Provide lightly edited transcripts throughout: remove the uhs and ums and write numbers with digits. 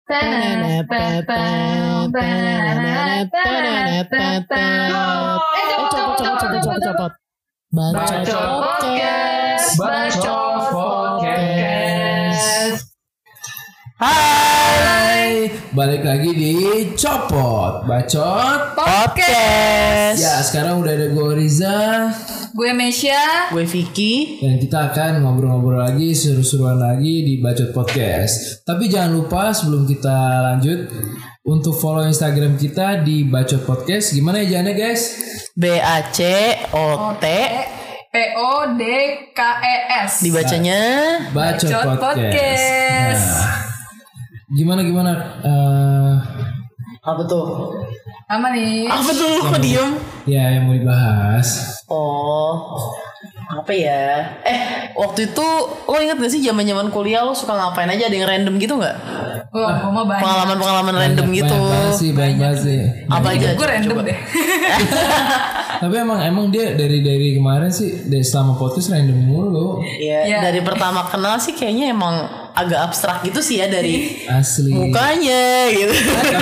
Copot. Bacot podcast. Hai, balik lagi di Copot Bacot Podcast. Ya, sekarang udah ada gue Riza, gue Mesya, Gue Vicky. dan kita akan ngobrol-ngobrol lagi, seru-seruan lagi di Bacot Podcast. Tapi jangan lupa sebelum kita lanjut, untuk follow Instagram kita di Bacot Podcast. Gimana ya jalannya guys? BACOT PODKES. dibacanya Bacot Podcast. Podcast. Nah, gimana? apa tuh? Apa nih? Apa tuh? Kok diem? Ya, yang mau dibahas. Oh, apa ya? Waktu itu lo inget gak sih zaman kuliah lo suka ngapain aja? Ada yang random gitu nggak? Wah, gue mah banyak. Pengalaman random gitu. Banyak banget sih. Apa aja? Gue random deh. Tapi emang dia dari kemarin sih, dari selama podcast random mulu. Iya. Ya. Dari pertama kenal sih kayaknya emang agak abstrak gitu sih ya, dari Asli. mukanya gitu.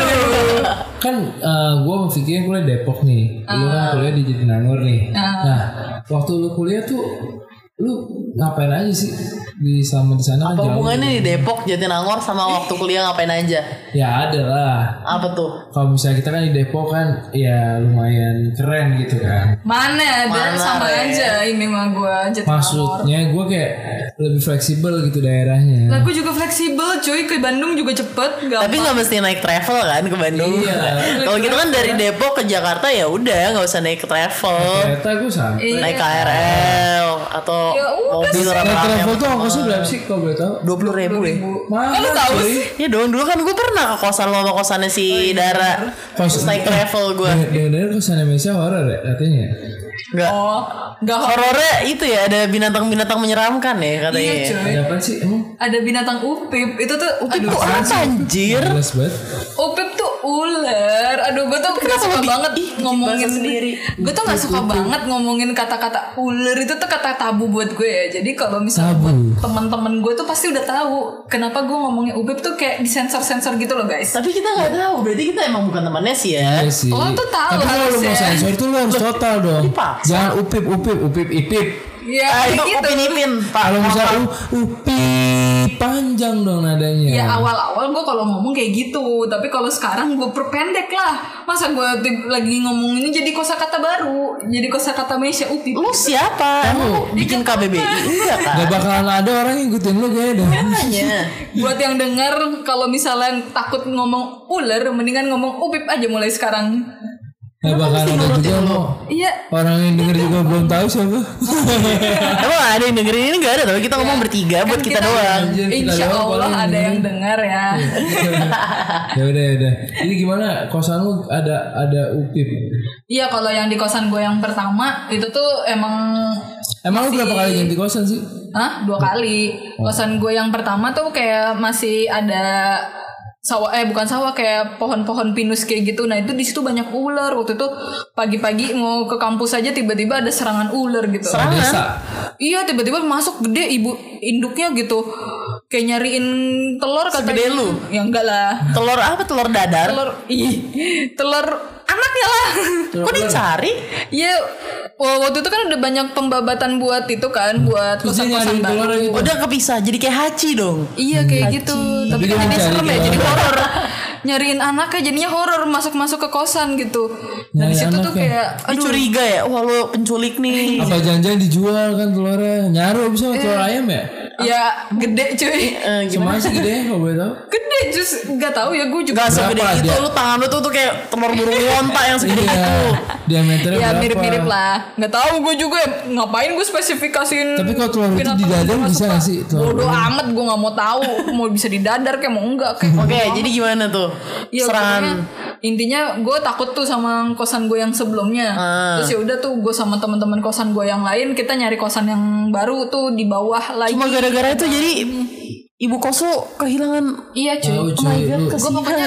Kan gue mau pikirin kuliah Depok nih. Lu kan kuliah di Jatinangor nih. Nah, waktu lu kuliah tuh lu ngapain aja sih di sana Apa kan jauh. hubungannya di Depok, Jatinangor sama waktu kuliah ngapain aja? Ya ada lah. Apa tuh? Kalau misalnya kita kan di Depok kan ya lumayan keren gitu kan. Mana sama Re? aja ini mah gue Jatinangor. Maksudnya gue kayak lebih fleksibel gitu daerahnya. Lah gue juga fleksibel cuy, ke Bandung juga cepet. Tapi nggak mesti naik travel kan ke Bandung. Iya. Kalau gitu kan dari Depok ke Jakarta ya udah nggak usah naik travel. Kereta gue sampai. Iya. Naik KRL atau Ya udah mobil sih. Naik rame-rame. travel tuh ongkosnya berapa sih kalau boleh tahu? 20.000 deh. Mana Kan lu tahu cuy? sih. Ya dong, dulu kan gue pernah ke kosan lo sama kosannya si Dara. Terus naik travel gue. Dengar kosan Indonesia horor ya katanya. Enggak. Oh, nggak horor. Horornya itu ya, ada binatang-binatang menyeramkan ya katanya. Iya cuy. Ada apa sih emang? Ada binatang upip. Itu tuh Itu apa anjir? Jelas banget. Upip tuh ular. Aduh, gue tuh gak suka banget ngomongin bahasa sendiri. Gue tuh gak suka banget ngomongin kata-kata ular. Itu tuh kata tabu buat gue ya. Jadi kalau misalnya Tabu. buat teman-teman gue tuh pasti udah tahu kenapa gue ngomongin upip tuh kayak disensor-sensor gitu loh guys. Tapi kita nggak tahu, berarti kita emang bukan temannya sih ya. Iya sih. Lo tuh tahu Tapi kalau lu mau harusnya. sensor tuh lu harus total dong. dipaksa. Jangan upip ipip. Iya Ah, itu kayak gitu. upin-ipin, Pak. Kalau misalnya upip panjang dong nadanya. Ya awal-awal gue kalau ngomong kayak gitu. Tapi kalau sekarang gue perpendek lah. Masa gue lagi ngomong ini jadi kosakata baru. Jadi kosakata Mesya upip. Lu siapa? Emang lu bikin KBBI? Enggak kan? Gak bakalan ada orang yang ngikutin lu kayaknya dong. Makanya. Buat yang dengar kalau misalnya takut ngomong ular, mendingan ngomong upip aja mulai sekarang. Gak bakalan ada juga lo. Iya. Orang yang denger juga belum tahu siapa. Emang ada yang dengerin ini nggak ada, tapi kita ngomong bertiga buat Kan kita doang. Anjir, kita Insya doang Allah paling ada yang dengerin. dengar ya. Ya udah. Jadi gimana kosan lu ada upip? Iya kalau yang di kosan gue yang pertama itu tuh emang Emang lu berapa kali ganti kosan sih? Hah? 2 kali. Kosan gue yang pertama tuh kayak masih ada sawah, bukan sawah, kayak pohon-pohon pinus kayak gitu. Nah itu di situ banyak ular. Waktu itu pagi-pagi mau ke kampus aja tiba-tiba ada serangan ular gitu. Desa. Iya tiba-tiba masuk gede ibu induknya gitu. Kayak nyariin telur katanya. Segede lu? Ya enggak lah. Telur apa? Telur dadar? Telur anaknya lah. Kok dicari? Iya, waktu itu kan udah banyak pembabatan buat itu kan, buat Terus dia kosan-kosan nyariin telur baru. gitu. Udah kepisah, jadi kayak haci dong. Iya kayak gitu. Tapi dia kan jadi mencari serem ya, telur. jadi horor. Nyariin anaknya jadinya horor, masuk ke kosan gitu. Nah di Nyari situ tuh anaknya. kayak, Dia curiga ya, wah lu penculik nih. Apa jangan-jangan dijual kan telurnya? Nyaru bisa telur ayam ya? ya gede cuy. Gimana sih gede kalau boleh tahu? Gede jus, nggak tahu ya gue juga. Gak segede Berapa gitu, dia? lu tangan lu tuh kayak telur burung onta yang segede Iya. gitu. Diameternya Ya berapa? mirip-mirip lah. Nggak tahu gue juga ngapain gue spesifikasiin. Tapi kalau telur itu binatang di dadar yang bisa suka. nggak sih? Telur Bodoh amat gue nggak mau tahu. Mau bisa di dadar kayak mau enggak kayak. Oke, jadi gimana tuh? Ya, Serangan. pokoknya intinya gue takut tuh sama kosan gue yang sebelumnya. Terus ya udah tuh gue sama teman-teman kosan gue yang lain kita nyari kosan yang baru tuh di bawah lagi. Cuma gara-gara itu jadi ibu kos lu kehilangan. Iya cuy. Tahu, Oh cuy, my god, lu. gue pokoknya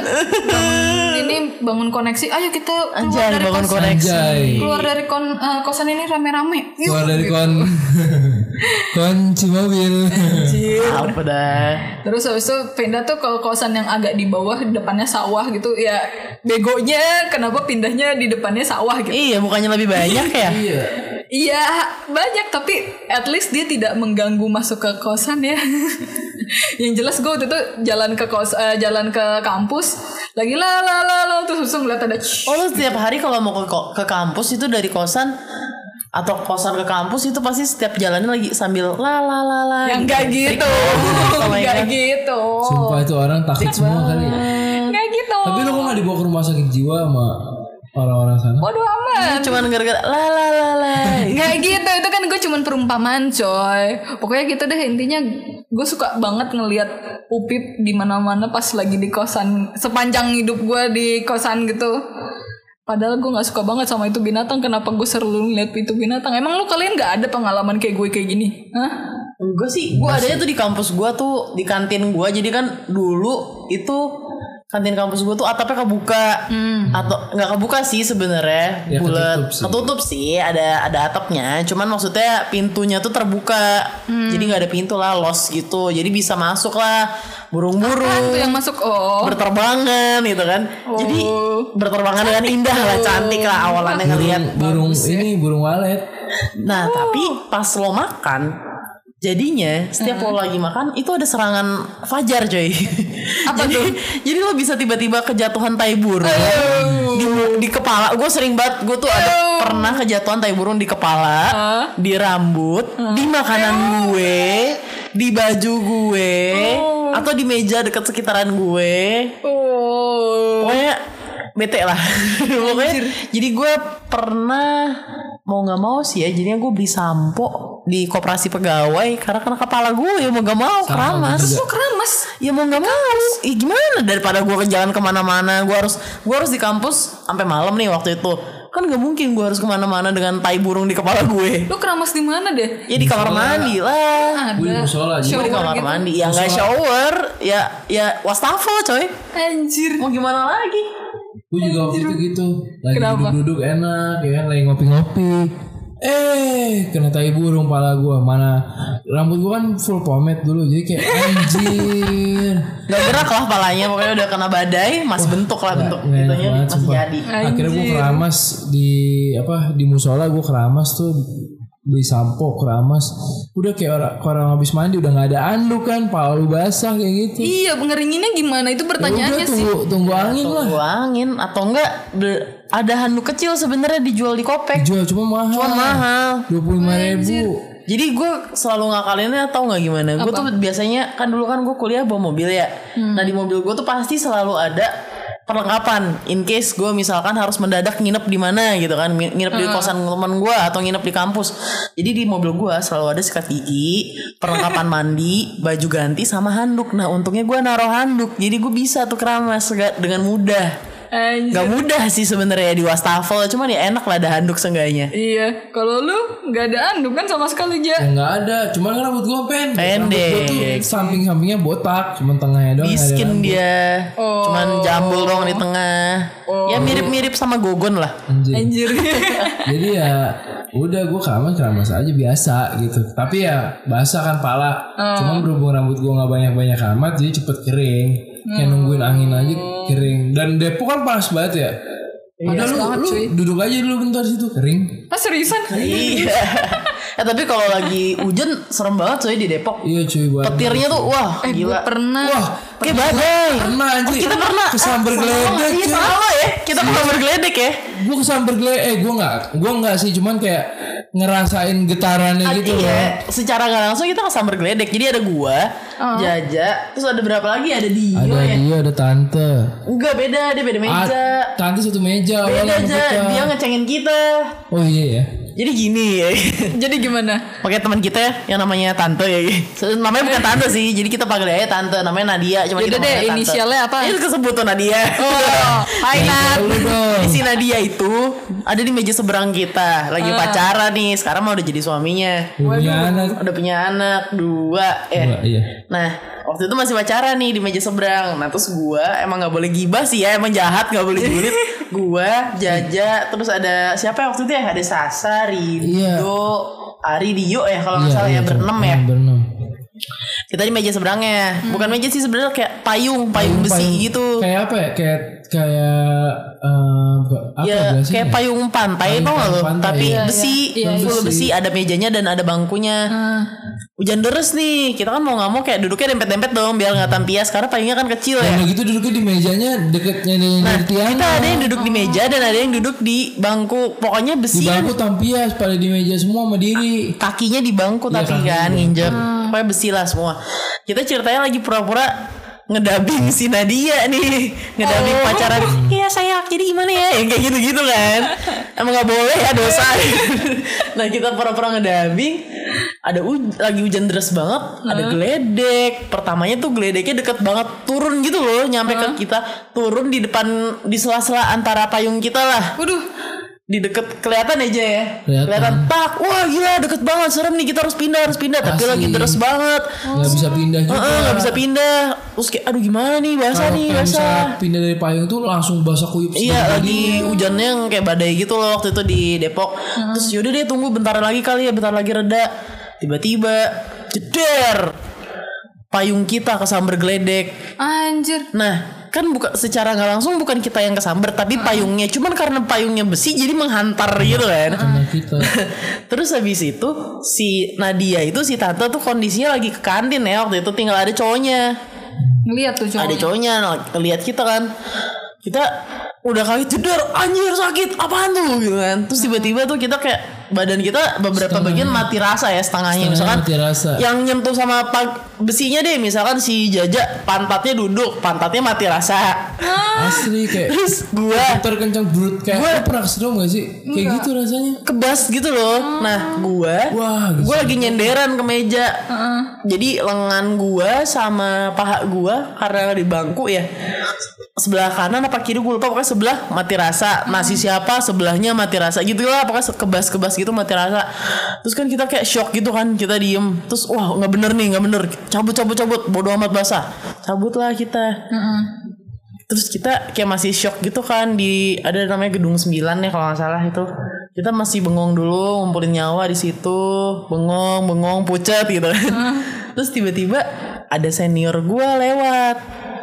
bangun koneksi. Ayo kita keluar Anjay, dari bangun kosan. koneksi. Anjay. Keluar dari kosan ini rame-rame. Yuk. Keluar dari kon. Kunci mobil. Apa dah. Terus habis itu pindah tuh ke kosan yang agak di bawah, depannya sawah gitu. Ya begonya kenapa pindahnya di depannya sawah gitu. Iya, bukannya lebih banyak ya? Iya. Iya banyak, tapi at least dia tidak mengganggu masuk ke kosan ya. Yang jelas gue waktu itu jalan ke kampus lagi terus langsung ngeliat ada Oh, lu setiap hari kalau mau ke kampus itu dari kosan atau kosan ke kampus itu pasti setiap jalannya lagi sambil la. yang gak gitu. Gak gitu. Sumpah itu orang takut semua kali. Gak gitu. Tapi lu kok gak dibawa ke rumah sakit jiwa sama orang-orang sana? Bodoh amat. Cuman gara-gara la. Gak gitu, itu kan gue cuman perumpamaan coy. Pokoknya gitu deh, intinya gue suka banget ngelihat Upip di mana-mana pas lagi di kosan, sepanjang hidup gue di kosan gitu. Padahal gue nggak suka banget sama itu binatang. Kenapa gue selalu ngeliat itu binatang? Emang lu kalian nggak ada pengalaman kayak gue kayak gini? Hah? Enggak sih, gue adanya tuh di kampus gue tuh, di kantin gue. Jadi kan dulu itu kantin kampus gue tuh atapnya kebuka, atau nggak kebuka sih sebenarnya, Ya, bulat, ketutup sih, ada atapnya. Cuman maksudnya pintunya tuh terbuka, jadi nggak ada pintu lah, los gitu. Jadi bisa masuk lah burung-burung. Apaan tuh yang masuk? Oh, berterbangan gitu kan. Jadi berterbangan dengan indah lah, cantik lah awalannya ngelihat. Burung walet. Nah tapi pas lo makan, jadinya setiap lo lagi makan itu ada serangan fajar coy. Apa jadi, tuh? Jadi lo bisa tiba-tiba kejatuhan tai burung di kepala. Gue sering banget, gue tuh ada pernah kejatuhan tai burung di kepala, di rambut, di makanan gue, di baju gue, atau di meja dekat sekitaran gue. Pokoknya bete lah. Pokoknya jadi gue pernah mau nggak mau sih ya, jadinya gue beli sampo di koperasi pegawai karena kena kepala gue, ya mau nggak mau keramas. Lu keramas? Ya mau nggak mau, gimana daripada gue ke jalan kemana-mana, gue harus di kampus sampai malam nih waktu itu. Kan nggak mungkin gue harus kemana-mana dengan tai burung di kepala gue. Lu keramas di mana deh? Ya di kamar mandi lah. Gue di musola aja. Gue di kamar mandi, ya nggak shower, ya wastafel coy. Anjir. Mau gimana lagi? Gue juga waktu itu gitu. Lagi Kenapa? duduk-duduk enak ya, lagi ngopi-ngopi. Kena tai burung pala gue. Mana rambut gue kan full pomade dulu, jadi kayak anjir. Gak gerak lah palanya, pokoknya udah kena badai, masih bentuk lah bentuk itunya masih jadi. Akhirnya gue keramas di musola, gue keramas tuh beli sampo keramas. Udah kayak orang habis mandi udah nggak ada anduk kan, pala lu basah kayak gitu. Iya, ngeringinnya gimana? Itu pertanyaannya sih. Tunggu angin lah. Tunggu angin atau enggak ada handuk kecil sebenarnya dijual di Kopek. Jual cuma mahal. 25.000. Jadi gue selalu ngakalinnya tau gak gimana. Gue tuh biasanya kan dulu kan gue kuliah bawa mobil ya. Nah di mobil gue tuh pasti selalu ada perlengkapan in case gue misalkan harus mendadak nginep di mana gitu kan, nginep di kosan teman gue atau nginep di kampus. Jadi di mobil gue selalu ada sikat gigi, perlengkapan mandi, baju ganti sama handuk. Nah untungnya gue naruh handuk, jadi gue bisa tuh keramas dengan mudah. Gak mudah sih sebenarnya di wastafel, cuman ya enak lah ada handuk seenggaknya. Iya, kalau lu nggak ada anduk kan sama sekali aja. Ya nggak ada, cuman kan rambut gue pendek. Rambut gue tuh samping-sampingnya botak, cuman tengahnya doang. Miskin dia, cuman jambul doang di tengah. Ya mirip-mirip sama Gogon lah. Anjir. Jadi ya udah gue keramas aja biasa gitu. Tapi ya basah kan pala. Cuman berhubung rambut gue nggak banyak amat, jadi cepet kering. Kayak nungguin angin aja kering. Dan Depok kan panas banget ya. Padahal lu duduk aja dulu bentar situ kering. Seriusan? Iya. Tapi kalau lagi hujan serem banget coy di Depok. Iya cuy banget. Petirnya tuh wah gila. Pernah. Wah kayak badai. Pernah anjir. Kita pernah kesambar geledek. Iya sama ya. Kita kesambar geledek ya. Gue kesambar geledek. Gue nggak sih, cuman kayak ngerasain getarannya gitu. Iya. Secara nggak langsung kita kesambar geledek. Jadi ada gua, Jaja, terus ada berapa lagi? Ada Dio ada ya. Dio, ada Tante. Enggak beda, dia beda meja. Tante satu meja. Beda aja. Dia ngecengin kita. Oh iya ya. Jadi gini ya. Jadi gimana? Pakai teman kita yang namanya Tante ya. Namanya bukan Tante sih. Jadi kita panggil aja Tante. Namanya Nadia. Cuma kita deh, inisialnya apa? Itu kesebut tuh Nadia. Hai Nat. Si Nadia itu ada di meja seberang kita. Lagi pacaran nih. Sekarang mau udah jadi suaminya. Udah punya anak 2. Iya. Nah waktu itu masih pacaran nih di meja seberang. Nah terus gue emang gak boleh gibah sih ya. Emang jahat gak boleh julid. Gue, Jaja, terus ada siapa waktu itu ya? Ada Sasa, Rido, Ari, Dio ya kalau nggak salah ya, berenam ya. Kita di meja seberangnya, bukan meja sih sebenarnya, kayak payung besi gitu. Kayak apa ya? Kayak payung pantai tau gak lo? Tapi besi, full besi, ada mejanya dan ada bangkunya. Hujan deres nih, kita kan mau nggak mau kayak duduknya dempet-dempet dong biar nggak tampias karena payungnya kan kecil ya. Nah gitu duduknya di mejanya deketnya tiang. Kita ada yang duduk di meja dan ada yang duduk di bangku, pokoknya besi. Di bangku tampias, pada di meja semua sama diri. Kakinya di bangku tapi kan nginjek, pokoknya besi lah semua. Kita ceritanya lagi pura-pura ngedabing si Nadia nih, ngedabing pacaran. Iya sayang, jadi gimana ya? Yang kayak gitu-gitu kan. Emang gak boleh ya, dosa. Nah kita pura-pura ngedabing. Lagi hujan deras banget. Ada geledek. Pertamanya tuh geledeknya deket banget, turun gitu loh, nyampe ke kita. Turun di depan, di sela-sela antara payung kita lah. Waduh, di deket kelihatan aja ya, kelihatan tak, wah gila deket banget, serem nih, kita harus pindah. Tapi lagi deras banget, nggak bisa pindah juga, nggak bisa pindah. Terus kayak aduh gimana nih, basah. Pindah dari payung tuh langsung basah kuyup. Iya, lagi hujannya yang kayak badai gitu loh waktu itu di Depok. Terus yaudah deh tunggu bentar lagi kali ya, bentar lagi reda. Tiba-tiba jeder payung kita kesamber geledek. Anjir. Nah kan secara nggak langsung bukan kita yang kesamber tapi payungnya, cuman karena payungnya besi jadi menghantar gitu kan. Terus habis itu si Nadia itu, si tante tuh kondisinya lagi ke kantin ya waktu itu, tinggal ada cowoknya. Ngeliat tuh cowoknya. Ada cowoknya ngeliat kita kan. Kita udah kali jeder, anjir sakit apaan tuh gitu kan. Terus tiba-tiba tuh kita kayak badan kita beberapa bagian mati rasa ya, setengahnya misalkan yang nyentuh sama besinya deh, misalkan si Jaja pantatnya mati rasa. Asli kayak terus gue terkencang brut kayak pernah kesedom gak sih? Kayak gitu rasanya, kebas gitu loh. Nah gue lagi nyenderan ke meja. Jadi lengan gue sama paha gue karena di bangku ya, sebelah kanan apa kiri gue lupa, pokoknya sebelah mati rasa. Nasi siapa sebelahnya mati rasa gitu lah, pokoknya kebas gitu mati rasa. Terus kan kita kayak shock gitu kan, kita diem. Terus wah nggak bener, cabut bodo amat basah, cabut lah kita. Terus kita kayak masih shock gitu kan, di ada namanya Gedung 9 ya kalau nggak salah itu. Kita masih bengong dulu, ngumpulin nyawa di situ, bengong pucat gitu kan. Terus tiba-tiba ada senior gue lewat.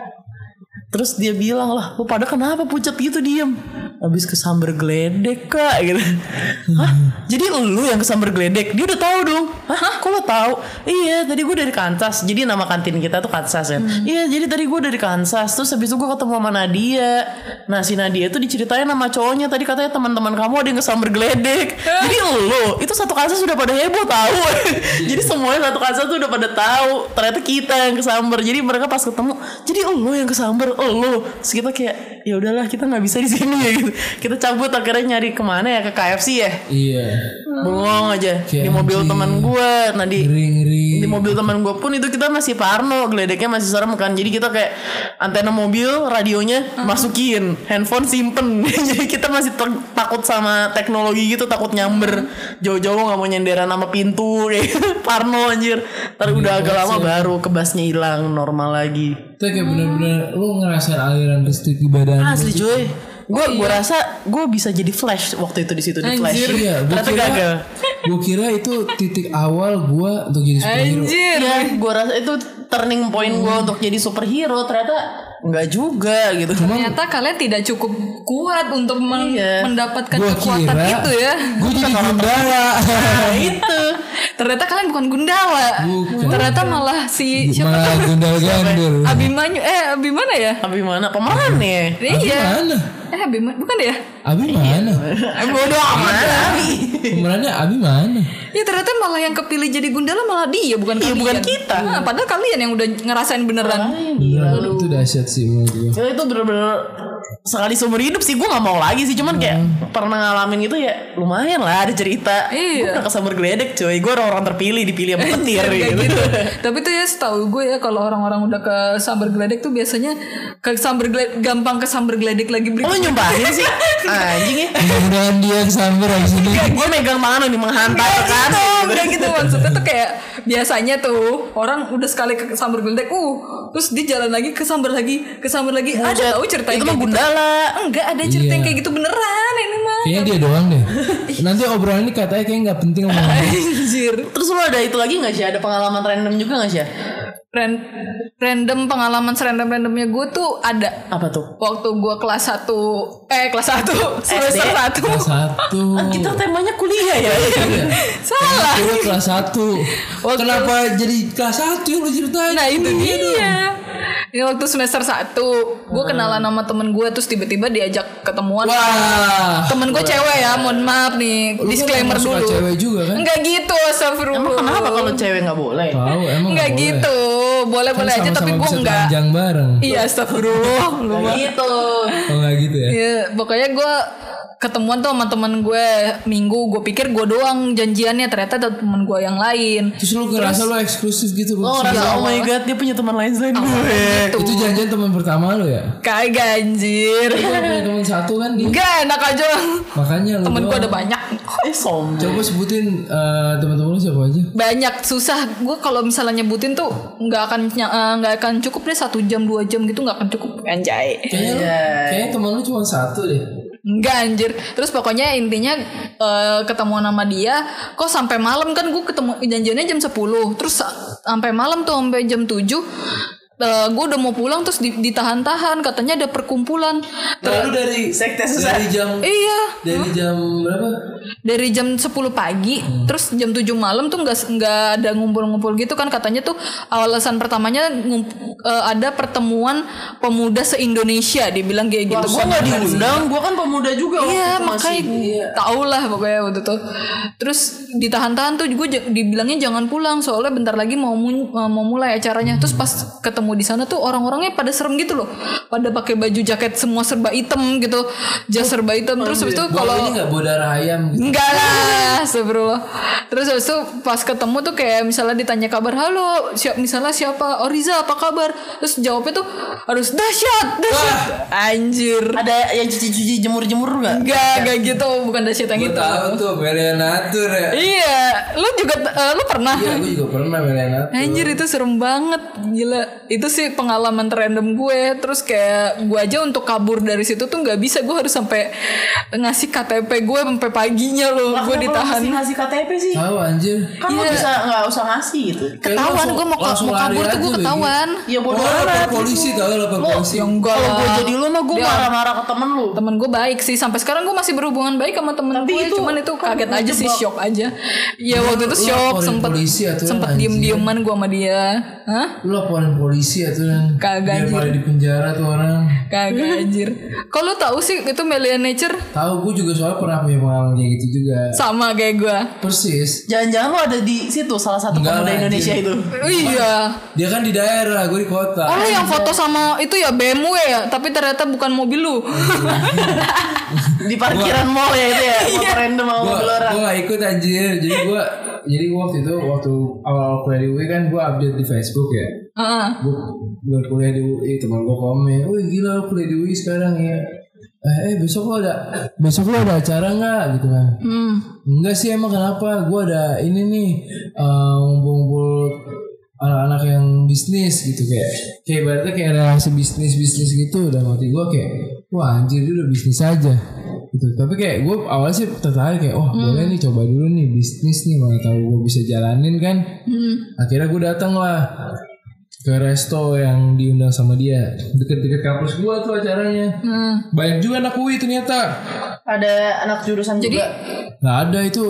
Terus dia bilang, lah lu pada kenapa pucat gitu diem? Habis kesamber geledek kak gitu. Hah? Jadi lu yang kesamber geledek? Dia udah tahu dong. Hah? Kok lo tahu? Iya tadi gue dari Kansas. Jadi nama kantin kita tuh Kansas ya. Iya jadi tadi gue dari Kansas. Terus habis itu gue ketemu sama Nadia. Nah si Nadia itu diceritain sama cowoknya, tadi katanya teman-teman kamu ada yang kesamber geledek. Jadi lu itu satu Kansas udah pada heboh tahu. Jadi semuanya satu Kansas tuh udah pada tahu. Ternyata kita yang kesamber. Jadi mereka pas ketemu, jadi lu yang kesamber, lu. Terus kita kayak ya udahlah kita nggak bisa di sini ya gitu. Kita cabut akhirnya nyari kemana ya, ke KFC ya. Iya. Bengong aja di mobil teman gue. Nah di mobil teman gue pun itu kita masih parno, geledeknya masih serem kan. Jadi kita kayak antena mobil, radionya masukin, handphone simpen. Jadi kita masih takut sama teknologi gitu, takut nyamber jauh-jauh, nggak mau nyenderan sama pintu kayak parno anjir. Ntar udah agak lama baru kebasnya hilang, normal lagi. Itu kayak bener-bener lu ngerasain aliran listrik di badan. Asli cuy. Gue rasa gue bisa jadi Flash waktu itu di situ di Flash. Iya, ternyata gagal. Gue kira itu titik awal gue untuk jadi superhero. Iya, gue rasa itu turning point gue untuk jadi superhero. Ternyata enggak juga gitu. Ternyata kalian tidak cukup kuat untuk mendapatkan kekuatan itu ya. Gue jadi Gundala. Nah, itu. Ternyata kalian bukan Gundala. Ternyata malah si siapa tuh? Gundala Gandul. Abimanyu. Abi mana ya? Abi mana? Pemeran ya? Iya. Abi mana? Bukan ya? Abi mana? Bodoh amat Abi. Pemerannya Abi mana? Ya ternyata malah yang kepilih jadi Gundala malah dia, bukan kalian. Bukan kita. Nah, padahal kalian yang udah ngerasain beneran. Itu dahsyat sih menurut gue. Itu bener-bener sekali seumur hidup sih. Gue gak mau lagi sih. Cuman kayak pernah ngalamin gitu ya, lumayan lah ada cerita. Gue pernah kesamber geledek coy. Gue orang terpilih, dipilih sama petir gitu. Tapi tuh ya setahu gue ya, kalau orang-orang udah kesamber geledek tuh biasanya gampang kesamber geledek lagi berikutnya. Lo nyumpahin sih anjing ya. Mudah-mudahan dia kesamber abis ini. Gue megang tangan nih menghantar kan. Udah gitu maksudnya tuh kayak biasanya tuh orang udah sekali kesamber geledek terus dia jalan lagi kesamber lagi. Ada tahu ceritanya itu mah Gundala. Enggak ada cerita yang kayak gitu beneran ini mah. Kayaknya dia doang deh. Nanti obrolan ini katanya kayak nggak penting omongannya. Anjir. Terus lo ada itu lagi nggak sih? Ada pengalaman random juga nggak sih? Random pengalaman serandom-randomnya gue tuh ada. Apa tuh? Waktu gue kelas 1 semester 1. Kelas 1. Kita temanya kuliah ya. Salah. Gue kelas 1. Kenapa jadi kelas 1 yang lu ceritain? Nah itu dia. Ini waktu semester 1 gue kenalan sama temen gue, terus tiba-tiba diajak ketemuan. Wah. Temen gue cewek ya, mohon maaf nih, Lu disclaimer kan dulu. suka cewek juga kan? Enggak gitu, astagfirullah. Emang kenapa kalau cewek nggak boleh? Tahu emang Enggak boleh. gitu, boleh-boleh Kan aja tapi sama-sama gue bisa enggak. telanjang bareng. Iya, astagfirullah. Lu mah. Gitu. Oh nggak gitu ya? Iya, pokoknya gue ketemuan tuh sama temen gue Minggu. Gue pikir gue doang janjiannya, ternyata ada temen gue yang lain. Terus lu ngerasa lu eksklusif gitu? Oh rasa oh my god dia punya teman lain selain gue. Gitu. Itu janjian teman pertama lu ya? Kagak anjir. Lu punya teman satu kan? Enggak enak aja. Makanya lu Temen gue doang. ada banyak. Sombong. Coba sebutin teman-teman lu siapa aja? Banyak, susah. Gue kalau misalnya nyebutin tuh nggak akan cukup deh, 1 jam 2 jam gitu nggak akan cukup. Anjay. Kayaknya teman lu cuma satu deh. Enggak anjir. Terus pokoknya intinya ketemuan sama dia. Kok sampai malam kan, gue ketemu janjiannya jam 10. Terus sampai malam tuh sampai jam 7. Gue udah mau pulang terus ditahan-tahan, katanya ada perkumpulan. Lalu dari sekte dari jam Iya. dari jam berapa? Dari jam 10 pagi terus jam 7 malam tuh nggak ada ngumpul-ngumpul gitu kan, katanya tuh alasan pertamanya ada pertemuan pemuda se-Indonesia, dibilang kayak gitu. Gue nggak diundang, gue kan pemuda juga. Iya, waktu itu masih. makanya tau lah pokoknya waktu itu. Terus ditahan-tahan tuh gue dibilangnya jangan pulang soalnya bentar lagi mau mulai acaranya. Terus pas ketemu di sana tuh orang-orangnya pada serem gitu loh, pada pakai baju jaket semua serba hitam gitu, jas serba hitam. Terus habis itu kalau ini nggak bawa darah ayam gitu. enggak lah, sebelum. Terus habis itu pas ketemu tuh kayak misalnya ditanya kabar, halo, misalnya siapa, oh Riza apa kabar, terus jawabnya tuh harus dahsyat. Anjir. Ada yang cuci-cuci jemur-jemur nggak? Enggak gitu, bukan dahsyat yang Gue itu. tahu tuh Melianatur ya. Iya, lu juga lu pernah? Iya, gue juga pernah Melianatur. Anjir itu serem banget, gila. Itu sih pengalaman random gue. Terus kayak gue aja untuk kabur dari situ tuh nggak bisa, gue harus sampai ngasih KTP gue sampai paginya loh. Lah, Gue ditahan. kenapa ngasih KTP sih? Tahu anjir. Kan lo bisa nggak usah ngasih gitu. Ketahuan gue mau kabur tuh gue ketahuan. Ya bodoh Oh, lapor amat. polisi tahu lapor polisi. Ya enggak Kalau gue lah. jadi lu mah gue marah-marah ke temen lu. Temen gue baik sih, sampai sekarang gue masih berhubungan baik sama temen Tapi gue. itu Cuman itu kan kaget aja sih, ngejebak. shock aja. Ya waktu itu shock, laporin sempet polisi aturan, anjir. diem-dieman gue sama dia. Hah? Lu laporin polisi aturan. Kagak, Biar anjir. malah di penjara tuh orang. Kagak anjir. Kalau tahu sih itu Melia Nature Tahu, gue juga soalnya pernah punya pengalaman kayak gitu juga. sama kayak gue. Persis. Jangan-jangan lo ada di situ salah satu Enggak pemuda lah, Indonesia anjir. itu. Iya. Dia kan di daerah, gue di kota. Oh, lu yang foto sama itu ya BMW ya, tapi ternyata bukan mobil lu. Di parkiran mall ya itu ya. Foto random sama mobil orang. Gue gak ikut anjir. Jadi gue waktu itu waktu awal kuliah di UI kan gue update di Facebook ya. Heeh. Gue kuliah di UI, teman gue komen, wih gila lu kuliah di UI sekarang ya. Besok lo ada acara nggak gitu kan? Enggak sih, emang kenapa? Gue ada ini nih ngumpul anak-anak yang bisnis gitu, kayak ibaratnya kayak relasi bisnis gitu. Dan waktu gue kayak wah anjir dia udah bisnis aja gitu. Tapi kayak gue awalnya sih tertarik kayak boleh nih coba dulu nih bisnis nih, mana tahu gue bisa jalanin kan. Akhirnya gue datang lah ke resto yang diundang sama dia, deket-deket kampus gua tuh acaranya. Banyak juga anak UI ternyata. Ada anak jurusan Jadi, juga. Nggak ada itu.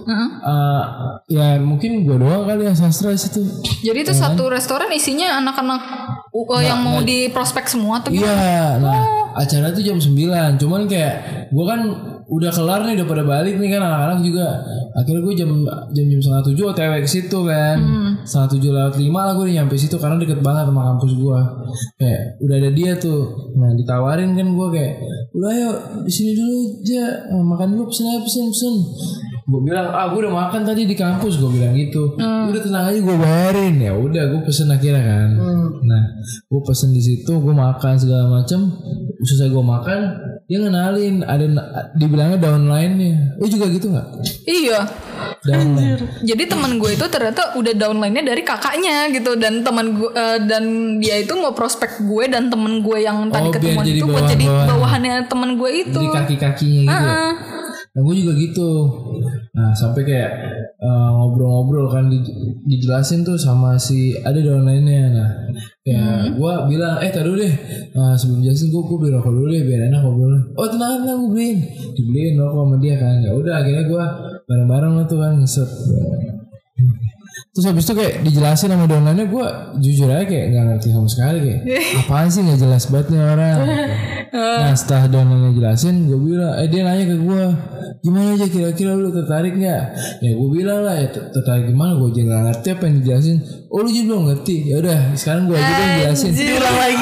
Ya mungkin gua doang kali yang sastra di situ. Jadi itu satu restoran isinya anak-anak yang mau di prospek semua tuh. Iya, nah acara itu jam 9. Cuman kayak gua kan udah kelar nih, udah pada balik nih kan anak-anak juga. Akhirnya gue jam 6:30 OTW ke situ kan. 6:07 lewat 5 lah gue udah nyampe situ karena deket banget sama kampus gue. Kayak udah ada dia tuh. Nah ditawarin kan gue kayak udah ayo di sini dulu aja, makan dulu, pesen. Gue bilang gue udah makan tadi di kampus, gue bilang gitu. Udah tenang aja gue bayarin. Ya udah gue pesen akhirnya kan. Nah gue pesen di situ, gue makan segala macem. Selesai gue makan, dia ngenalin ada dibilangnya downline-nya. Lu juga gitu nggak? Iya. Downline. Jadi teman gue itu ternyata udah downline-nya dari kakaknya gitu, dan teman gue dan dia itu mau prospek gue dan temen gue yang tadi ketemuan itu buat jadi bawahannya temen gue itu. Jadi kaki-kakinya gitu. Nah gue juga gitu. Nah sampai kayak ngobrol-ngobrol kan dijelasin tuh sama si ada downline-nya. Nah kayak gue bilang taruh deh sebelum jelasin gue beli rokok dulu deh biar enak ngobrolnya. Oh tenang gue dibeliin rokok sama dia kan. Ya udah akhirnya gue bareng-bareng lah tuh kan ngeset. Terus habis itu kayak dijelasin sama downline-nya, gue jujur aja kayak gak ngerti sama sekali kayak apaan sih gak jelas banget nih orang. Nah setelah downline-nya jelasin, gue bilang dia nanya ke gue gimana aja kira-kira lu tertarik gak? Ya gue bilang lah ya tertarik gimana, gue aja gak ngerti apa yang dijelasin. Oh lu juga belum ngerti? Ya udah sekarang gue aja yang jelasin. Diulang lagi.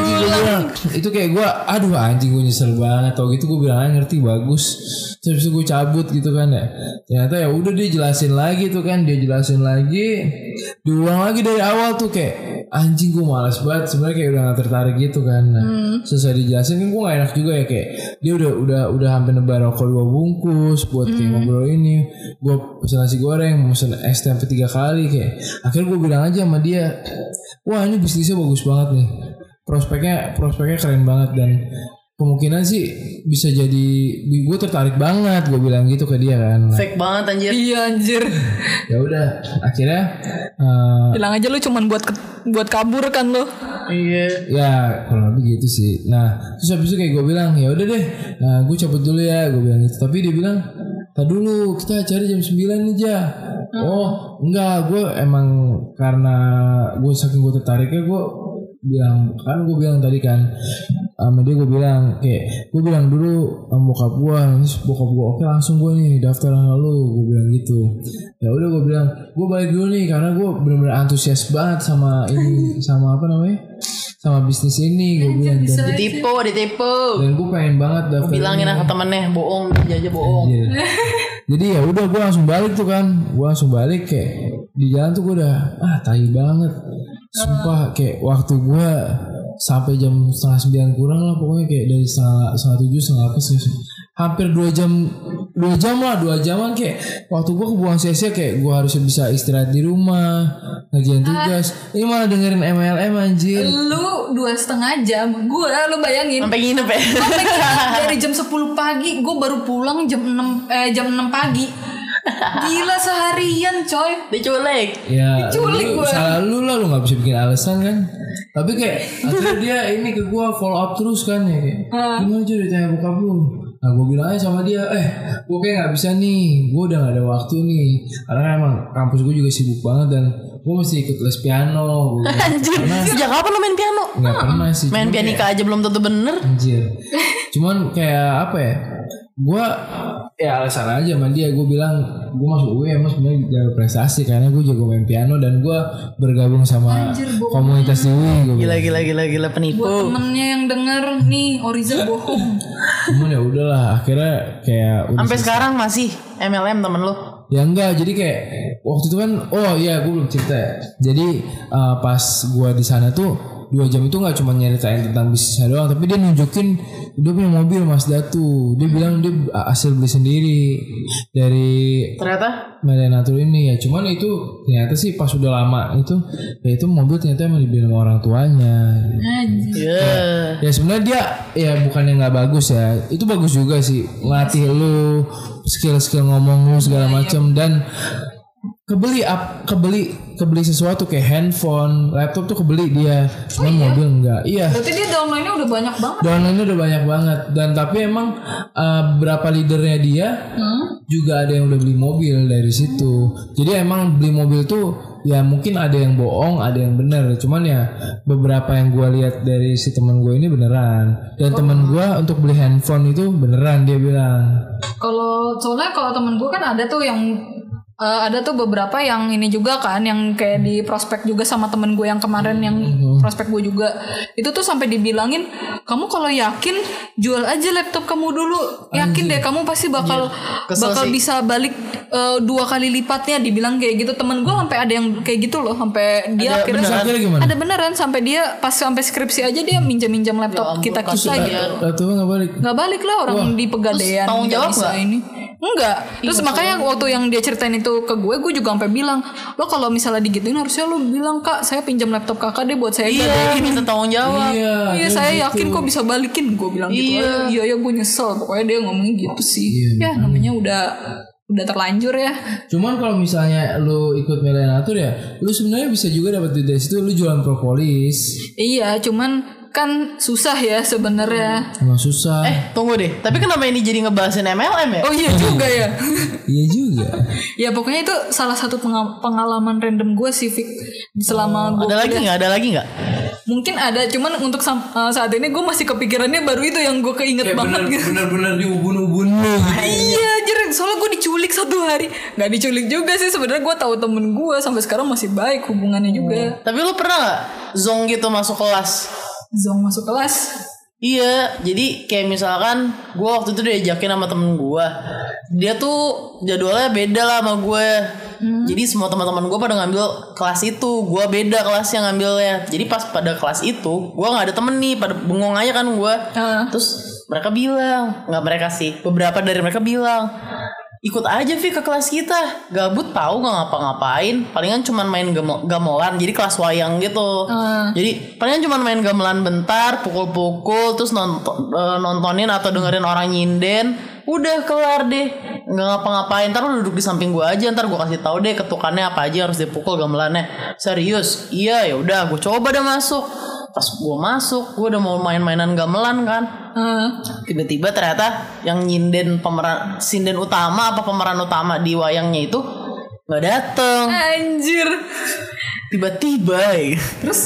Itu kayak gue aduh anjing gue nyesel banget. Tau gitu gue bilang ngerti bagus. Terus gue cabut gitu kan ya. Ternyata ya udah dia jelasin lagi tuh kan, dia jelasin lagi, diulang lagi dari awal tuh kayak anjing gue malas banget sebenarnya kayak udah gak tertarik gitu kan. Nah, selesai dijelasin kan gue gak enak juga ya kayak dia udah hampir nebar rokok 2 bungkus buat kayak ngobrol ini. Gue pesen nasi goreng, pesen es teh 3 kali kayak. Akhirnya gue bilang aja sama dia, wah ini bisnisnya bagus banget nih, prospeknya keren banget dan kemungkinan sih bisa jadi gue tertarik banget, gue bilang gitu ke dia kan. Fake banget anjir. Iya anjir. Ya udah akhirnya bilang aja lu cuman buat kabur kan lo. Iya. Ya kalau lebih gitu sih. Nah terus habis itu kayak gue bilang ya udah deh, gue cabut dulu ya, gue bilang gitu. Tapi dia bilang tar dulu kita cari jam 9 nih Ja. Oh enggak, gue emang karena gue saking gue tertariknya gue bilang tadi kan sama dia, gue bilang dulu sama bokap gue, bokap gue oke langsung gue nih daftar sama lu, gue bilang gitu. Ya udah gue bilang gue balik dulu nih karena gue benar-benar antusias banget sama ini sama apa namanya sama bisnis ini, gue bilang dan ditipu dan gue pengen banget daftar. Bilangin ke temennya bohong, dia aja bohong. Jadi ya udah gue langsung balik tuh kan, kayak di jalan tuh gue udah tai banget. Sumpah kayak waktu gue sampai jam 8:30 kurang lah pokoknya, kayak dari setengah 7 hampir 2 jaman kayak waktu gue kebuang sia-sia, kayak gue harusnya bisa istirahat di rumah ngerjain tugas, ini malah dengerin MLM anjir. Lu 2,5 jam, lu bayangin sampai nginep ya. Dari jam 10 pagi gue baru pulang jam 6 pagi. Gila seharian coy. Diculik. Ya diculik gue. Salah lu lah, lu gak bisa bikin alasan kan. Tapi kayak akhirnya dia ini ke gue follow up terus kan ya kayak gimana aja ditanya bokap lu. Nah gue bilang aja sama dia gue kayak gak bisa nih, gue udah gak ada waktu nih karena emang kampus gue juga sibuk banget dan gue mesti ikut les piano. Anjir, sejak kapan lu main piano? Gak pernah sih. Main pianika aja belum tentu bener. Anjir. Cuman kayak apa ya, gue ya alasan aja sama dia, gue bilang gue masuk UI emang sebenarnya jalur prestasi karena gue jago main piano dan gue bergabung sama komunitas di UI. Gila penipu. Buat temennya yang denger nih, Oriza bohong. Cuman ya udahlah akhirnya kayak sampai sekarang masih MLM temen lu? Ya enggak, jadi kayak waktu itu kan gue belum cerita ya. Jadi pas gue di sana tuh 2 jam itu gak cuma nyeritain tentang bisnisnya doang, tapi dia nunjukin dia punya mobil Mazda tuh. Dia bilang dia hasil beli sendiri dari ternyata Medan Natur ini ya. Cuman itu ternyata sih pas udah lama itu ya itu mobil ternyata emang dibeli sama orang tuanya. Ya sebenarnya dia ya bukannya nggak bagus ya, itu bagus juga sih ngelatih lu skill ngomong lu segala macam dan kebeli sesuatu kayak handphone, laptop tuh kebeli dia, cuma mobil enggak. Iya. Berarti dia downline-nya udah banyak banget. Downline-nya udah banyak banget dan tapi emang berapa leadernya dia juga ada yang udah beli mobil dari situ. Jadi emang beli mobil tuh ya mungkin ada yang bohong, ada yang benar. Cuman ya beberapa yang gue lihat dari si teman gue ini beneran. Dan teman gue untuk beli handphone itu beneran dia bilang. Soalnya kalau temen gue kan ada tuh yang ada tuh beberapa yang ini juga kan, yang kayak di prospek juga sama temen gue yang kemarin yang prospek gue juga. Itu tuh sampai dibilangin, kamu kalau yakin jual aja laptop kamu dulu, yakin deh kamu pasti bakal bisa balik 2 kali lipatnya, dibilang kayak gitu. Temen gue sampai ada yang kayak gitu loh, sampai dia akhirnya ada beneran sampai dia pas sampai skripsi aja dia minjam laptop kita gitu. Laptopnya nggak balik lah orang di Pegadaian. Tanggung jawab nggak ini. Enggak. Terus makanya waktu yang dia ceritain itu ke gue juga sampai bilang, lo kalau misalnya digituin harusnya lo bilang, Kak saya pinjam laptop kakak deh buat saya gadein. Minta tanggung jawab. Iya saya yakin kok bisa balikin. Gue bilang gitu aja. Iya gue nyesel. Pokoknya dia ngomongin gitu sih. Ya namanya udah terlanjur ya. Cuman kalau misalnya lu ikut Melenatur ya, lu sebenarnya bisa juga dapat duit dari situ, lu jualan propolis. Iya, cuman kan susah ya sebenarnya. Emang susah. Tunggu deh. Tapi kenapa ini jadi ngebahasin MLM ya? Oh iya juga ya. Iya juga. Ya pokoknya itu salah satu pengalaman random gue sih, Fik. Selama gue Ada lagi nggak? Mungkin ada, cuman untuk saat ini gue masih kepikirannya baru itu yang gue keinget banget gitu. Bener-bener di ubun-ubun lu. Iya, soalnya gue diculik 1 hari. Nggak diculik juga sih sebenarnya, gue tahu temen gue sampai sekarang masih baik hubungannya juga. Tapi lu pernah nggak zong gitu masuk kelas? Zong masuk kelas? Iya, jadi kayak misalkan gue waktu itu diajakin sama temen gue, dia tuh jadwalnya beda lah sama gue. Jadi semua teman-teman gue pada ngambil kelas itu, gue beda kelas yang ngambilnya. Jadi pas pada kelas itu gue nggak ada temen nih, pada bengong aja kan gue. Terus mereka bilang, nggak mereka sih, beberapa dari mereka bilang, ikut aja Vi ke kelas kita, gabut tahu nggak ngapa-ngapain, palingan cuman main gamelan, jadi kelas wayang gitu. Jadi palingan cuman main gamelan bentar, pukul-pukul, terus nontonin atau dengerin orang nyinden, udah kelar deh, nggak ngapa-ngapain. Ntar lu duduk di samping gue aja, ntar gue kasih tahu deh ketukannya apa aja harus dipukul gamelannya. Serius? Iya ya udah, gue coba dah masuk. Pas gue masuk, gue udah mau main-mainan gamelan kan. Tiba-tiba ternyata yang nyinden sinden utama apa pemeran utama di wayangnya itu nggak dateng. Anjir. Tiba-tiba terus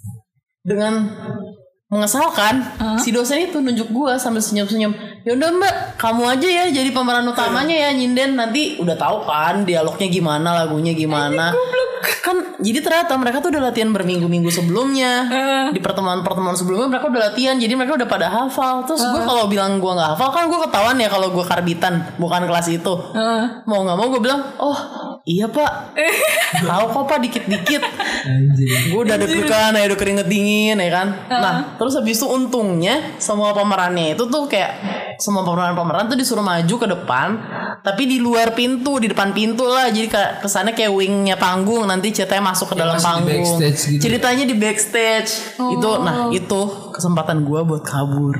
dengan mengesalkan si dosen itu nunjuk gue sambil senyum-senyum, yaudah mbak kamu aja ya jadi pemeran utamanya ya nyinden, nanti udah tahu kan dialognya gimana, lagunya gimana. Kan jadi ternyata mereka tuh udah latihan berminggu-minggu sebelumnya. Di pertemuan-pertemuan sebelumnya mereka udah latihan, jadi mereka udah pada hafal. Terus gue kalau bilang gue nggak hafal kan gue ketahuan ya kalau gue karbitan bukan kelas itu. Mau nggak mau gue bilang, oh iya pak, tahu kok pak dikit-dikit. Gue udah deg-degan ya, udah keringet dingin ya kan. Nah terus habis itu untungnya semua pemerannya itu tuh kayak semua pemeran tuh disuruh maju ke depan, tapi di luar pintu, di depan pintu lah. Jadi kesannya kayak wingnya panggung, nanti ceritanya masuk ke dalam panggung. Gitu. Ceritanya di backstage. Itu kesempatan gue buat kabur.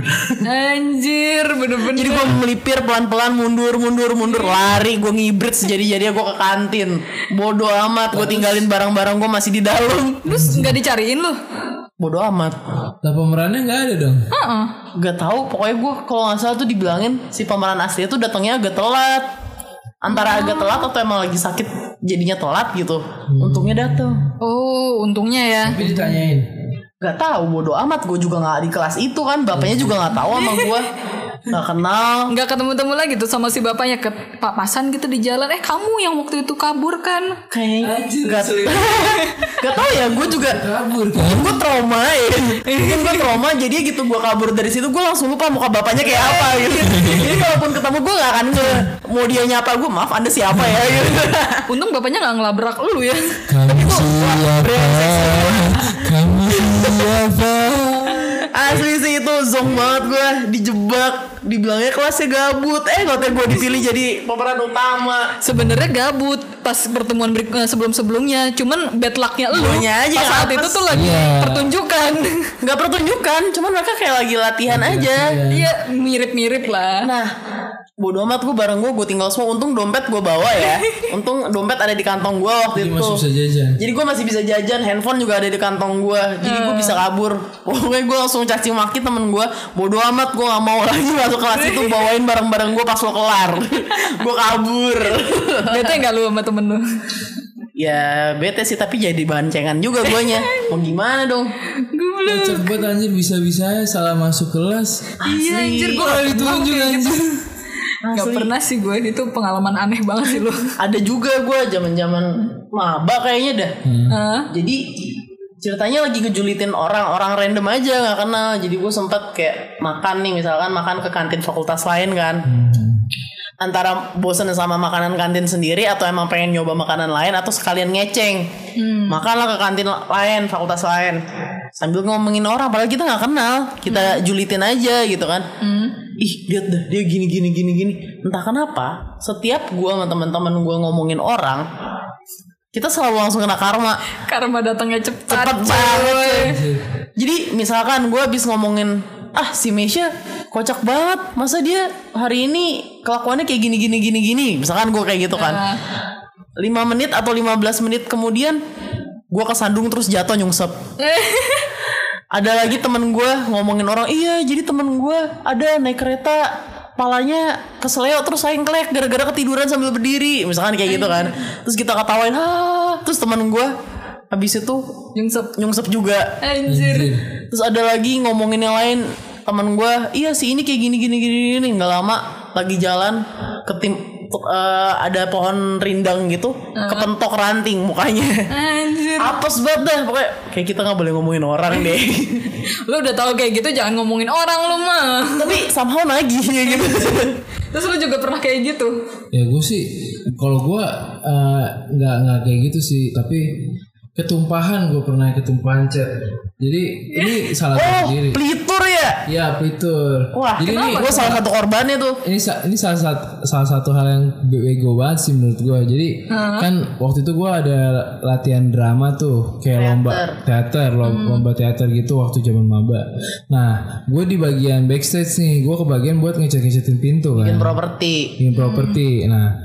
Anjir, bener-bener. Jadi gue melipir pelan-pelan, mundur, lari, gue ngibrit sejadi-jadinya gue ke kantin. Bodoh amat, gue tinggalin barang-barang gue masih di dalam. Terus nggak dicariin lu? Bodoh amat. Lah pemerannya nggak ada dong? Gak tahu, pokoknya gue kalau nggak salah tuh dibilangin si pemeran asli itu datangnya agak telat. Antara agak telat atau emang lagi sakit jadinya telat gitu. Untungnya datang. Oh, untungnya ya. Tapi ditanyain. Gak tahu, bodoh amat. Gue juga nggak di kelas itu kan. Bapaknya juga nggak tahu sama gue. Nggak kenal. Nggak ketemu-temu lagi tuh sama si bapaknya, ke papasan gitu di jalan. Kamu yang waktu itu kabur kan? Kayaknya gak tahu ya. Gue juga kabur kan. Gue trauma ya. Mungkin gue trauma. Jadi gitu gue kabur dari situ, gue langsung lupa muka bapaknya kayak apa gitu. Jadi kalaupun ketemu gue nggak akan mau dia nyapa gue, maaf anda siapa ya gitu. Untung bapaknya nggak ngelabrak lu ya. Kamu siapa? Kamu siapa? Asli sih itu zong banget gue, dijebak, dibilangnya kelasnya gabut, katanya gue dipilih jadi pemeran utama. Sebenarnya gabut pas pertemuan sebelum-sebelumnya, cuman bad lucknya lu. Aja pas saat itu tuh lagi pertunjukan. Nggak pertunjukan, cuman mereka kayak lagi latihan aja. Iya, mirip-mirip lah. Nah, bodo amat, gue bareng gue tinggal semua. Untung dompet gue bawa ya. Untung dompet ada di kantong gue waktu itu. Masih bisa jajan. Jadi gue masih bisa jajan, handphone juga ada di kantong gue. Jadi gue bisa kabur. Pokoknya gue langsung caci maki temen gue. Bodo amat, gue gak mau lagi masuk kelas itu, bawain barang-barang gue pas lo kelar. Gue kabur. Bete gak lu sama temen lu? Ya bete sih, tapi jadi bahan cengan juga guanya. Mau gimana dong? Kocak banget anjir, bisa-bisanya salah masuk kelas. Iya anjir, gue ditunjuk anjir. Gak pernah sih gue, itu pengalaman aneh banget sih lu. Ada juga gue zaman maba kayaknya dah. Jadi ceritanya lagi ngejulitin orang random aja nggak kenal. Jadi gue sempet kayak makan nih, misalkan makan ke kantin fakultas lain kan. Antara bosen sama makanan kantin sendiri atau emang pengen nyoba makanan lain atau sekalian ngeceng. Makanlah ke kantin lain, fakultas lain. Sambil ngomongin orang padahal kita nggak kenal, kita julitin aja gitu kan. Ih lihat dah dia gini. Entah kenapa setiap gue sama teman-teman gue ngomongin orang, kita selalu langsung kena karma. Karma datangnya cepat banget. Jadi misalkan gue habis ngomongin si Meisha kocak banget, masa dia hari ini kelakuannya kayak gini. Misalkan gue kayak gitu kan. 5 menit atau 15 menit kemudian gue kesandung terus jatuh nyungsep. Ada lagi temen gue ngomongin orang, iya jadi temen gue ada naik kereta palanya keseleo terus sengklek gara-gara ketiduran sambil berdiri, misalkan kayak gitu kan. Terus kita ketawain, terus temen gue habis itu nyungsep juga. Anjir. Terus ada lagi ngomongin yang lain, temen gue, iya sih ini kayak gini. Nggak lama lagi jalan ada pohon rindang gitu, kepentok ranting mukanya. Anjir. Apes banget dah, pokoknya kayak kita nggak boleh ngomongin orang deh. Lu udah tahu kayak gitu jangan ngomongin orang lu mah. Tapi somehow nagih gitu. Terus lu juga pernah kayak gitu? Ya gue sih, kalau gue nggak kayak gitu sih, tapi ketumpahan gue pernah ketumpahan chat. Jadi ini salah satu diri. Pelitur ya? Iya pelitur. Wah, jadi ini gue salah satu korbannya tuh. Ini salah satu hal yang bego banget sih menurut gue. Jadi kan waktu itu gue ada latihan drama tuh, kayak lomba teater gitu waktu zaman maba. Nah, gue di bagian backstage nih, gue kebagian buat ngecat-ngecatin pintu kan. Bikin properti. Nah.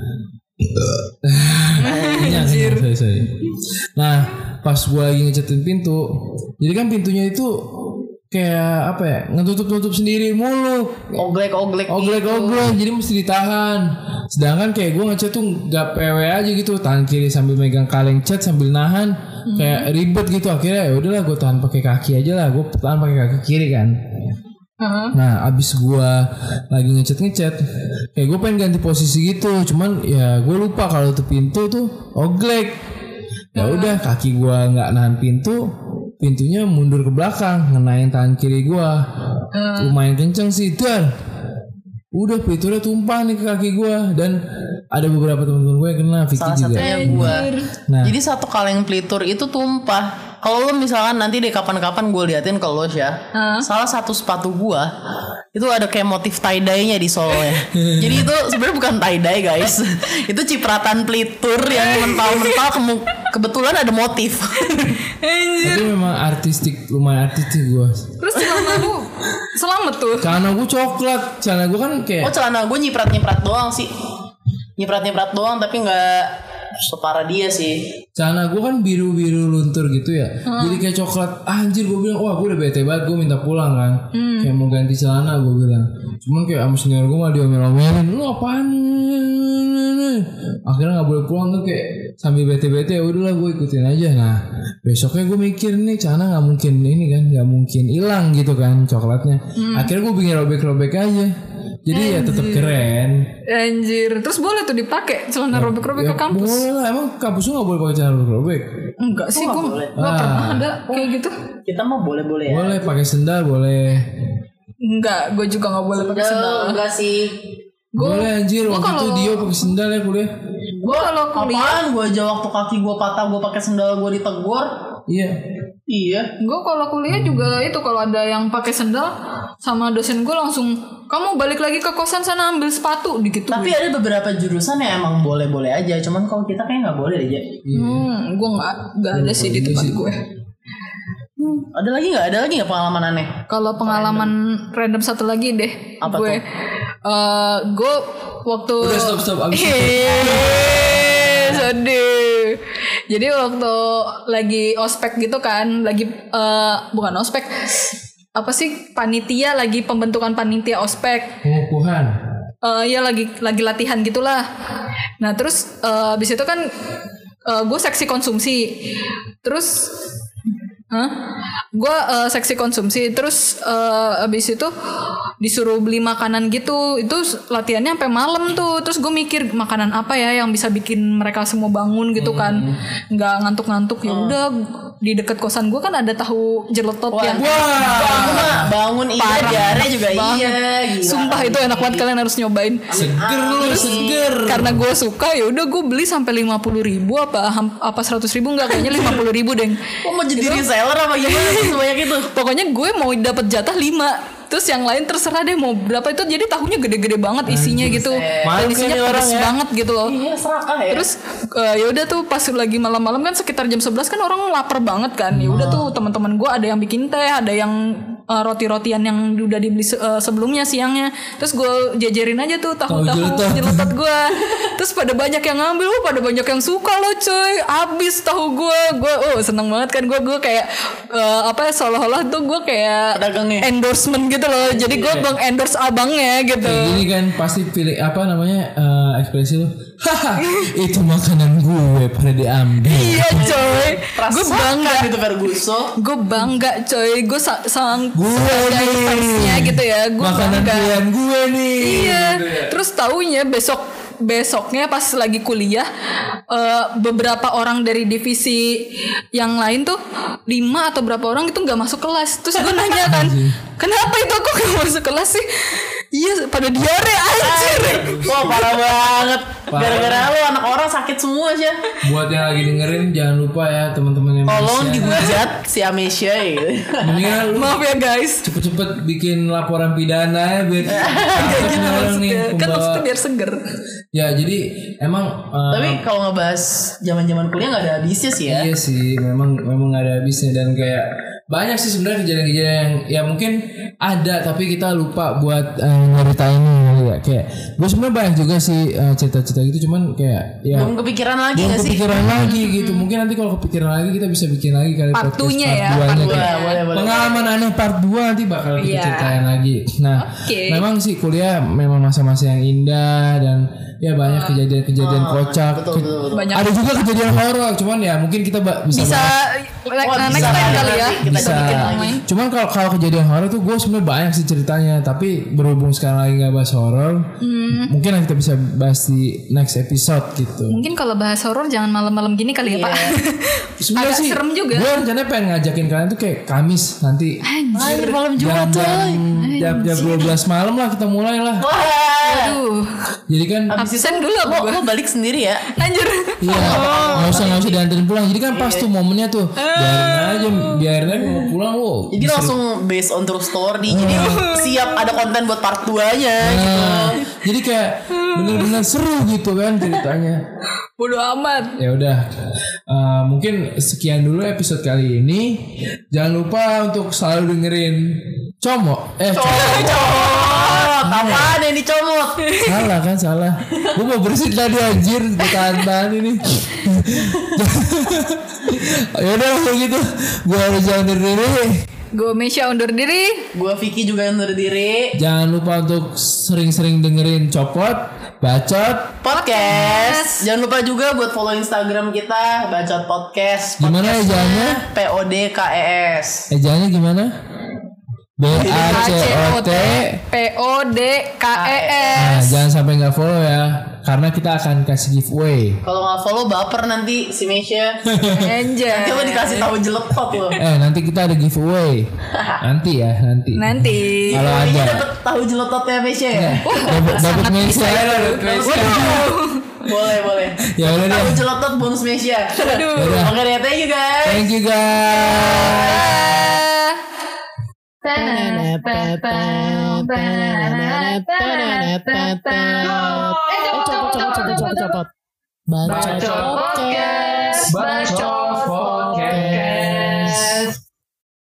Sorry. Nah pas gue lagi ngecatin pintu, jadi kan pintunya itu kayak apa ya, ngetutup sendiri mulu, oglek jadi mesti ditahan. Sedangkan kayak gue ngecat tuh gak PW aja gitu, tangan kiri sambil megang kaleng cat sambil nahan, kayak ribet gitu. Akhirnya ya udahlah gue tahan pakai kaki aja lah, gue tahan pakai kaki kiri kan. Nah abis gue lagi ngecat kayak gue pengen ganti posisi gitu, cuman ya gue lupa kalau tuh pintu tuh oglek. Ya udah kaki gue nggak nahan pintunya mundur ke belakang, ngenain tangan kiri gue. Lumayan kenceng sih, udah peliturnya tumpah nih ke kaki gue. Dan ada beberapa teman-teman gue yang kena, Vicky salah juga. Salah satunya gue. Nah. Jadi satu kaleng pelitur itu tumpah. Kalau lo misalkan nanti deh kapan-kapan gue liatin ke lo ya, salah satu sepatu gue itu ada kayak motif tie dye-nya di solnya. Jadi itu sebenarnya bukan tie dye guys, itu cipratan pelitur yang mental kebetulan ada motif. Tapi memang lumayan artistik gue. Terus celana lu selamat tuh? Celana gue coklat, celana gue kan kayak. Celana gue nyiprat doang sih, nyiprat doang tapi nggak separah dia sih. Celana gue kan biru luntur gitu ya, jadi kayak coklat. Anjir gue bilang, wah gue udah bete banget, gue minta pulang kan. Kayak mau ganti celana gue bilang, cuman kayak sama senior gue malah diomel-omelin, lu apaan? Akhirnya nggak boleh pulang tuh, kayak sambil bete-bete. Ya udahlah gue ikutin aja. Nah besoknya gue mikir nih celana nggak mungkin hilang gitu kan coklatnya. Akhirnya gue bikin robek-robek aja. Jadi ya tetap keren. Anjir. Terus boleh tuh dipakai celana robek-robek ke kampus? Boleh lah. Emang kampus lu gak boleh pakai celana robek-robek? Enggak sih, gue gak pernah ada kayak gitu. Kita mah boleh-boleh ya. Boleh pakai sendal boleh. Enggak, gue juga gak boleh pakai sendal. Enggak sih. Boleh anjir. Waktu itu Dio pakai sendal ya kuliah. Gue kalau kuliah, gue aja waktu kaki gue patah, gue pakai sendal gue ditegur. Iya. Gue kalau kuliah juga itu, kalau ada yang pakai sendal sama dosen gue langsung, kamu balik lagi ke kosan sana ambil sepatu gitu. Tapi ada beberapa jurusan yang emang boleh-boleh aja, cuman kalau kita kayak nggak boleh aja. Gue nggak ada sih di tempat gue. Ada lagi nggak pengalaman aneh? Kalau pengalaman random satu lagi deh. Apa gue, tuh? Gue waktu. Udah stop abis. Sedih. Jadi waktu lagi ospek gitu kan, bukan ospek, apa sih, panitia, lagi pembentukan panitia ospek. Pengukuhan. Ya lagi latihan gitulah. Nah terus abis itu kan gue seksi konsumsi. Terus gue seksi konsumsi, terus abis itu disuruh beli makanan gitu, itu latihannya sampai malam tuh. Terus gue mikir makanan apa ya yang bisa bikin mereka semua bangun gitu kan, nggak ngantuk-ngantuk. Ya udah, di deket kosan gue kan ada tahu jeletot yang bangun iya, diare juga iya. Gila. Sumpah itu enak banget, kalian harus nyobain. Seger. Karena gue suka, ya udah gue beli sampai 50.000 apa 100.000, enggak, kayaknya 50.000 deng. Kok mau jadi reseller apa gimana sebanyak itu? Pokoknya gue mau dapat jatah 5. Terus yang lain terserah deh mau berapa, itu jadi tahunya gede-gede banget isinya gitu. Dan isinya pedas banget gitu loh. Iya, serakah ya. Terus ya udah tuh pas lagi malam-malam kan sekitar jam 11 kan orang lapar banget kan. Ya udah tuh teman-teman gue ada yang bikin teh, ada yang roti-rotian yang udah dibeli sebelumnya siangnya. Terus gue jajarin aja tuh tahu jeletot gue. Terus pada banyak yang ngambil, pada banyak yang suka loh coy. Habis tahu gue seneng banget kan, gue kayak seolah-olah tuh gue kayak pedagangnya, endorsement gitu loh. Jadi gue endorse abangnya gitu. Jadi kan pasti pilih ekspresi lo. Haha, itu makanan gue pada diambil. Iya coy, gue bangga gitu Ferguson. Gue bangga coy, gue sang fansnya gitu ya. Gue makanan bangga. gue nih. Iya. Terus taunya besoknya pas lagi kuliah, beberapa orang dari divisi yang lain tuh 5 atau berapa orang itu nggak masuk kelas. Terus gue nanya kan, kenapa itu aku nggak masuk kelas sih? Iya, pada diare anjir. Wah, parah banget. Gara-gara lu anak orang sakit semua sih. Buat yang lagi dengerin jangan lupa ya teman-teman yang tolong dihujat si Amesia gitu. Mendingan lu maaf ya guys, cepet-cepet bikin laporan pidana ya biar orang nih kan maksudnya biar seger. Ya jadi emang tapi kalau ngebahas zaman-zaman kuliah nggak ada habisnya sih ya. Iya sih, memang nggak ada habisnya. Dan kayak banyak sih sebenarnya kejadian-kejadian yang ya mungkin ada tapi kita lupa buat nyeritain ya. Kayak gue sebenarnya banyak juga sih cerita-cerita gitu, cuman kayak ya belum kepikiran lagi nggak sih? Kepikiran lagi gitu. Mungkin nanti kalau kepikiran lagi kita bisa bikin lagi kali part 2-nya ya. Boleh. Pengalaman aneh part 2 nanti bakal kita ceritain lagi. Nah, memang sih kuliah memang masa-masa yang indah dan ya banyak kejadian-kejadian kocak. Betul. Ada juga kejadian horor, cuman ya mungkin kita bisa next time kali ya. Bisa. Cuman kalau kejadian horor tuh gue sebenarnya banyak sih ceritanya, tapi berhubung sekarang lagi nggak bahas horor, mungkin kita bisa bahas di next episode gitu. Mungkin kalau bahas horor jangan malam-malam gini kali ya Pak. Sebenarnya sih serem juga. Gue rencananya pengen ngajakin kalian tuh kayak Kamis nanti. Anjir, malam Jumat coy. Jam 12 malam lah kita mulai lah. Aduh. Jadi kan absen dulu lo balik sendiri ya. Anjir. Iya. Nggak usah dianterin pulang. Jadi kan pas tuh momennya tuh biarin aja mau pulang lo. Jadi langsung based on true story. Jadi siap ada konten buat part 2-nya gitu. Jadi kayak bener-bener seru gitu kan ceritanya. Bodoh amat. Ya udah. Mungkin sekian dulu episode kali ini. Jangan lupa untuk selalu dengerin Comot. Apaan yang dicomot? Salah. Gue mau bersih tadi anjir. Tahan ini. Yaudah kalau gitu. Gue harus undur diri. Gue Mesya undur diri. Gue Vicky juga undur diri. Jangan lupa untuk sering-sering dengerin Copot Bacot Podcast. Jangan lupa juga buat follow Instagram kita Bacot Podcast. Gimana ejaannya? PODKES. Ejaannya gimana? BACOT PODKES. Nah, jangan sampai nggak follow ya, karena kita akan kasih giveaway. Kalau nggak follow baper nanti si Mesya. Anjay. Nanti lo dikasih tahu jeletot lo. Nanti kita ada giveaway. Nanti. Kalau ada. Dapat tahu jeletotnya Mesya ya. Dapat Mesya. Boleh. Ya udah deh. Tahu jeletot bonus Mesya. Aduh. Oke deh, thank you guys. Thank you guys. Copot. Bacot podcast.